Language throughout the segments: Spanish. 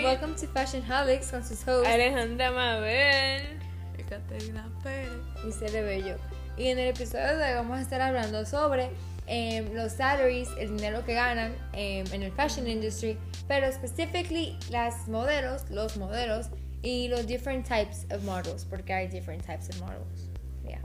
welcome to Fashion Holics con sus hosts Alejandra Mabel y Caterina Pérez y Cere Bello. Y en el episodio de hoy vamos a estar hablando sobre los salaries, el dinero que ganan en el fashion industry, pero específicamente los modelos y los different types of models, porque hay different types of models. Yeah.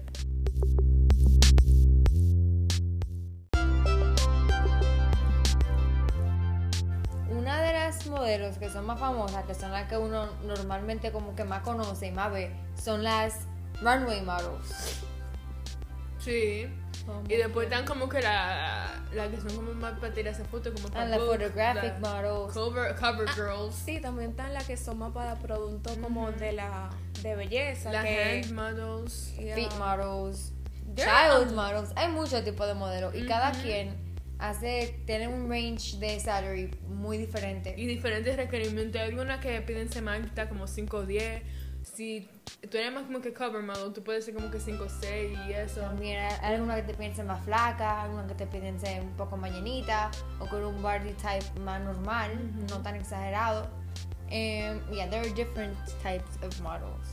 Una de las modelos que son más famosas, que son las que uno normalmente como que más conoce y más ve, son las runway models. Sí. Y después están como que la que son como más para tirarse fotos, como para las photographic models, cover girls. Sí, también están las que son más para productos como de belleza, las que hand models, feet models, child models. Hay muchos tipos de modelos y cada quien tiene un range de salary muy diferente y diferentes requerimientos. Hay algunas que piden semana como 5 o 10. Si tú eres más como que cover model, tú puedes ser como que 5 o 6 y eso. También hay algunas que te piden ser más flaca, algunas que te piden ser un poco más llenita o con un body type más normal, no tan exagerado. Yeah, there are different types of models.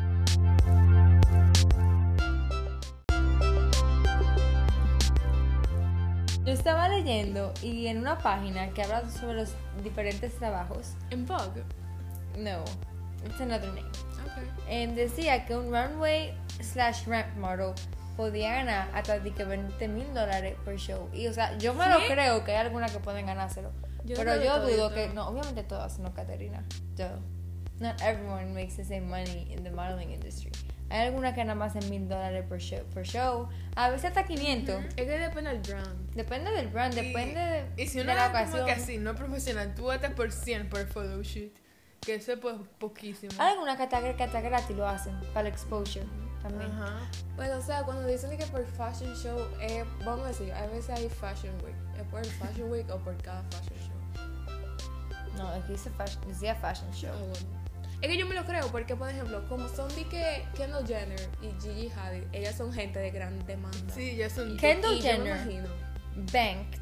Yo estaba leyendo y en una página que habla sobre los diferentes trabajos. ¿En Vogue? No, it's another name. Okay. Decía que un runway/ramp model podía ganar hasta $20,000 por show. Y o sea, yo me lo creo que hay algunas que pueden ganárselo. Pero yo dudo que, no, obviamente todas, no, Caterina. Not everyone makes the same money in the modeling industry. Hay algunas que nada más hacen $1,000 por show. A veces hasta 500. Es que depende del brand. Depende del brand, depende y si de uno la es como ocasión. que así, no profesional, tú hasta por 100 por photoshoot. Que eso es pues poquísimo. Hay algunas que hasta gratis lo hacen para el exposure también. Ajá. Bueno, o sea, cuando dicen que por fashion show, vamos a decir, a veces hay fashion week. ¿Es por el fashion week o por cada fashion show? No, aquí decía fashion show. Ah, bueno. Es que yo me lo creo porque, por ejemplo, como son de que Kendall Jenner y Gigi Hadid, ellas son gente de gran demanda. Sí, ya son. Kendall y yo me Jenner imagino. banked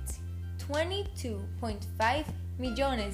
$22.5 millones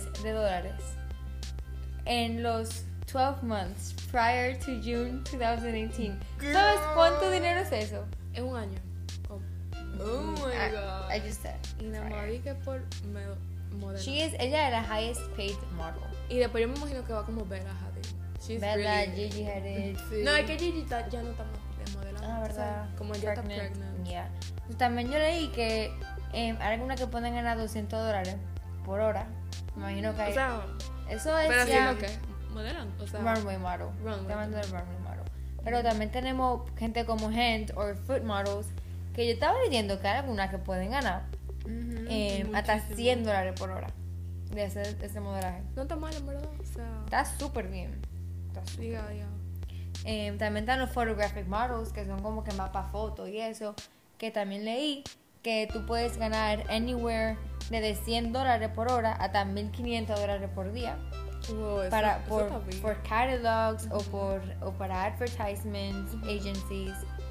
en los 12 months prior to June 2018. ¿Sabes cuánto dinero es eso? Es un año. Oh my god. I just said. Y nada más vi que por modelo. Ella era la highest paid model. Y después yo me imagino que va como Bella Hadid. She's Bella, really... Gigi Hadid. Sí. No, es que Gigi ya no está modelando. Ah, o sea, verdad. como ella está pregnant. Yeah. También yo leí que hay algunas que pueden ganar $200 por hora. Me imagino que hay. O sea, eso es pero ya haciendo qué? Modelan, o sea, runway model. Estamos hablando del runway model. Pero también tenemos gente como hand o foot models que yo estaba leyendo que hay algunas que pueden ganar hasta $100 por hora de ese modelaje. no está mal, en verdad. O sea, Está súper bien. diga. También están los photographic models que son como que más para fotos y eso, que también leí que tú puedes ganar anywhere desde $100 por hora hasta $1,500 por día. Wow, por catalogs o para advertisements, agencies.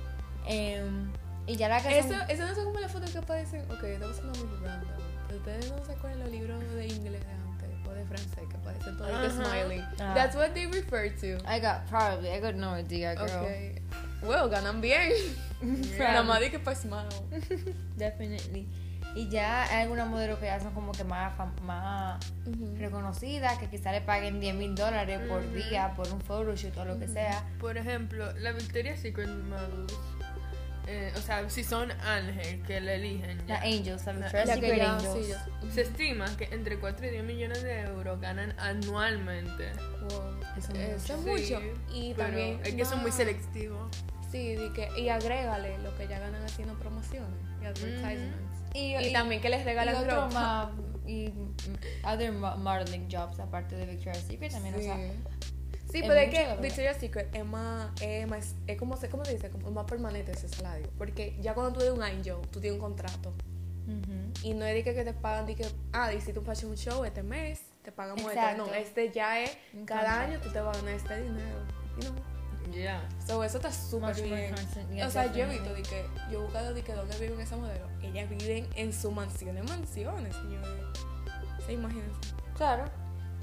Y ya la que eso no son como las fotos que aparecen. Ok, estamos haciendo muy random. Ustedes no se acuerdan los libros de inglés de antes o de francés que aparecen todos que smiling. That's what they refer to. I got no idea, girl. Okay. Well, ganan bien. Nada más de que para smile. Definitely. Y ya hay algunas modelos que ya son como que más reconocidas, que quizá le paguen $10,000 por día por un photoshoot o lo que sea. Por ejemplo, la Victoria's Secret models. O sea, si son Ángel que la eligen ya. La Angels, la Victoria's Secret Angels. Se estima que entre 4 y 10 millones de euros ganan anualmente. Wow. Eso Es es mucho. Y Pero también. es que son muy selectivos. Sí, y agrégale lo que ya ganan haciendo promociones y advertisements. Y también que les regalan otro ropa. más, y other modeling jobs aparte de Victoria's Secret también, o sea. Sí, es pero es mucho, que la verdad. Victoria's Secret es como ¿cómo se dice? Como más permanente ese salario. Porque ya cuando tú eres un angel, tú tienes un contrato. Y no es de que te pagan, de que, hiciste un fashion show este mes, te pagamos Exacto. No, ya es, Un cada contrato. año tú te vas a ganar este dinero. You know? Yeah. So, eso está súper Much more bien. constant, yeah, O sea, yo he definitely. visto yo he buscado dónde viven esas modelos. Ellas viven en sus mansiones, señores. Se imagínense. Claro.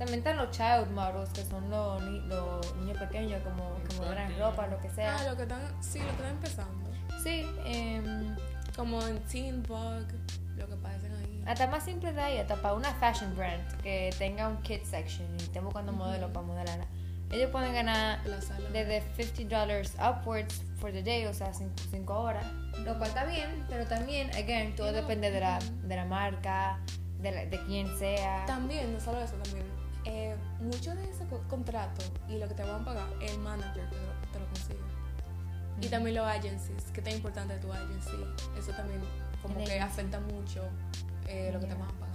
También están los child models, que son los niños pequeños, como que modelan ropa, lo que sea. Lo que están empezando. Sí, como en Teen Vogue, lo que parecen ahí. hasta más simple de ahí, hasta para una fashion brand que tenga un kids section y estén buscando modelos para modelarla. Ellos pueden ganar desde $50 upwards for the day, o sea, 5 horas. Lo cual está bien, pero también, again, todo depende de la marca, de quién sea. También, no solo eso, también. Mucho de ese contrato y lo que te van a pagar, el manager te lo consigue. Y también los agencies, que tan importante tu agency. Eso también como que afecta mucho lo que te van a pagar.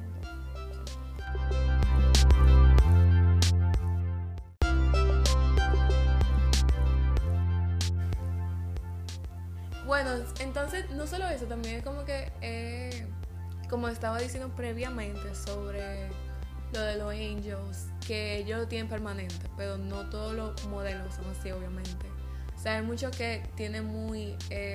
100%. Bueno, entonces no solo eso, también es como que, como estaba diciendo previamente sobre lo de los angels, que ellos lo tienen permanente, pero no todos los modelos son así, obviamente. O sea, hay muchos que tienen muy,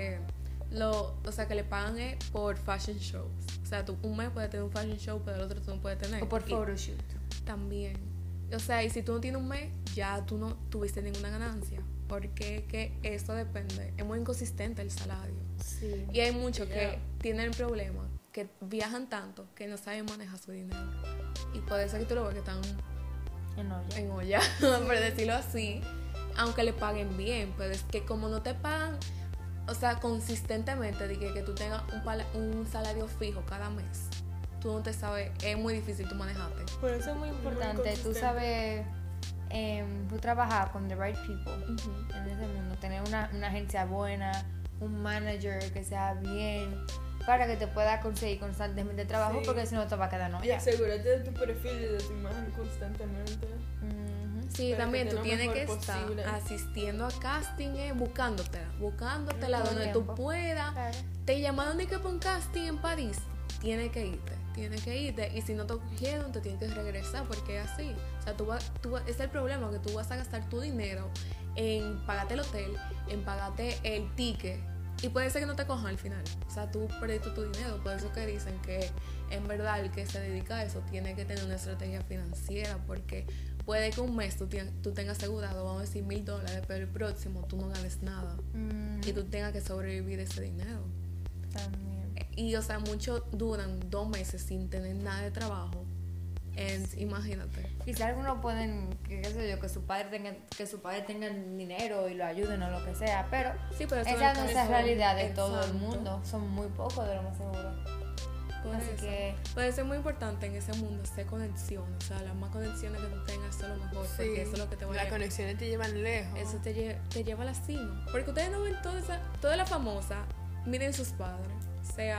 o sea, que le pagan por fashion shows. O sea, tú un mes puedes tener un fashion show, pero el otro tú no puedes tener. O por photoshoot. También. O sea, y si tú no tienes un mes, ya tú no tuviste ninguna ganancia. Porque que eso depende. Es muy inconsistente el salario. Sí. Y hay muchos que tienen el problema, que viajan tanto, que no saben manejar su dinero. Y puede ser que tú lo ves que están en olla, por decirlo así. Aunque le paguen bien, pero es que como no te pagan, o sea, consistentemente, de que tú tengas un salario fijo cada mes, tú no te sabes, es muy difícil tú manejarte. Por eso es muy importante, tú sabes, tú trabajar con the right people en ese mundo, tener una agencia buena, un manager que sea bien, para que te pueda conseguir constantemente trabajo, porque si no te va a quedar y asegúrate de tu perfil y de tu imagen constantemente. Sí, también tú tienes que estar asistiendo a casting, buscándotela donde tú puedas. Claro. Te llamaron de que para un casting en París, tienes que irte. Y si no te cogieron, te tienes que regresar, porque es así. O sea, es el problema, que tú vas a gastar tu dinero en pagarte el hotel, en pagarte el ticket, y puede ser que no te cojan al final. O sea, tú perdiste tu dinero. Por eso que dicen que en verdad el que se dedica a eso tiene que tener una estrategia financiera, porque puede que un mes tú tengas asegurado, vamos a decir, $1,000, pero el próximo tú no ganes nada y tú tengas que sobrevivir ese dinero. También. Y o sea, muchos duran 2 meses sin tener nada de trabajo. Imagínate. Quizá algunos pueden, qué sé yo, que su padre tenga dinero y lo ayuden o lo que sea, pero, pero esa no es la realidad de todo el mundo. Son muy pocos, de lo más seguro. Así que puede ser muy importante en ese mundo hacer conexiones. O sea, las más conexiones que tú tengas es lo mejor, porque eso es lo que te va a Las conexiones te llevan lejos. Eso te lleva a la cima. Porque ustedes no ven toda la famosa, miren sus padres. O sea,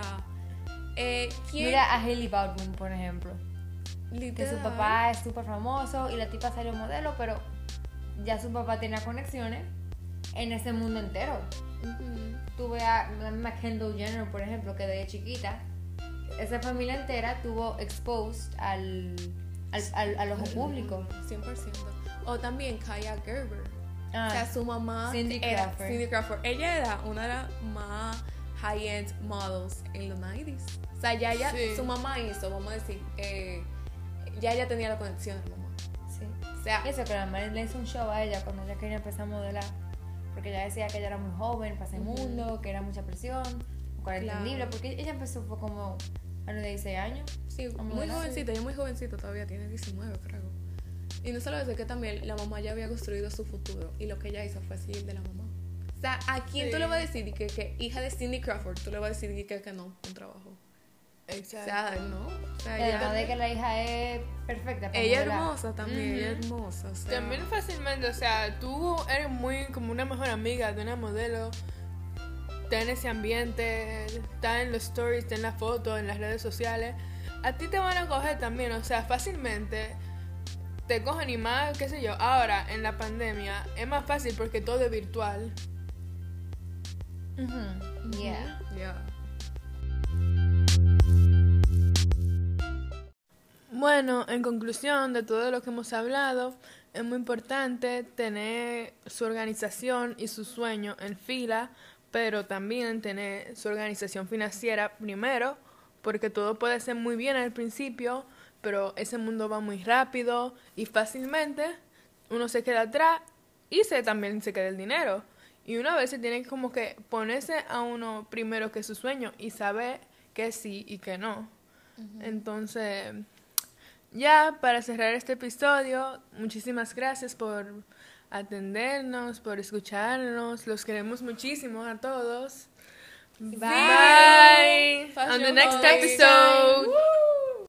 mira a Hailey Baldwin, por ejemplo. Literal. Que su papá es súper famoso y la tipa salió modelo, pero ya su papá tenía conexiones en ese mundo entero. Tú ves a Kendall Jenner, por ejemplo, que desde chiquita esa familia entera tuvo exposed al ojo público. 100%. O también Kaya Gerber. O sea, su mamá Cindy Crawford. Ella era una de las más high-end models en los 90s. O sea, su mamá hizo, vamos a decir, ya ella tenía la conexión de mamá. Sí. O sea, eso, que la madre le hizo un show a ella cuando ella quería empezar a modelar. Porque ella decía que ella era muy joven para ese mundo, que era mucha presión, cual entendible, porque ella empezó fue como a los 16 años. Sí, muy jovencita, ella muy jovencita todavía, tiene 19 creo. Y no solo eso, que también la mamá ya había construido su futuro y lo que ella hizo fue seguir de la mamá. O sea, ¿a quién tú le vas a decir que hija de Cindy Crawford, tú le vas a decir que no, un trabajo? Exacto. O sea, no. O sea, además de que la hija es perfecta. Ella es hermosa también, ella es hermosa. O sea. También fácilmente, o sea, tú eres muy como una mejor amiga de una modelo. Está en ese ambiente, está en los stories, está en las fotos, en las redes sociales. A ti te van a coger también, o sea, fácilmente te cogen y más, qué sé yo. Ahora, en la pandemia, es más fácil porque todo es virtual. Yeah. Bueno, en conclusión de todo lo que hemos hablado, es muy importante tener su organización y su sueño en fila, pero también tener su organización financiera primero, porque todo puede ser muy bien al principio, pero ese mundo va muy rápido y fácilmente uno se queda atrás y también se queda el dinero. Y una vez se tiene que como que ponerse a uno primero que su sueño y saber que sí y que no. Entonces, ya para cerrar este episodio, muchísimas gracias por atendernos, por escucharnos. Los queremos muchísimo a todos. Bye. On the next episode.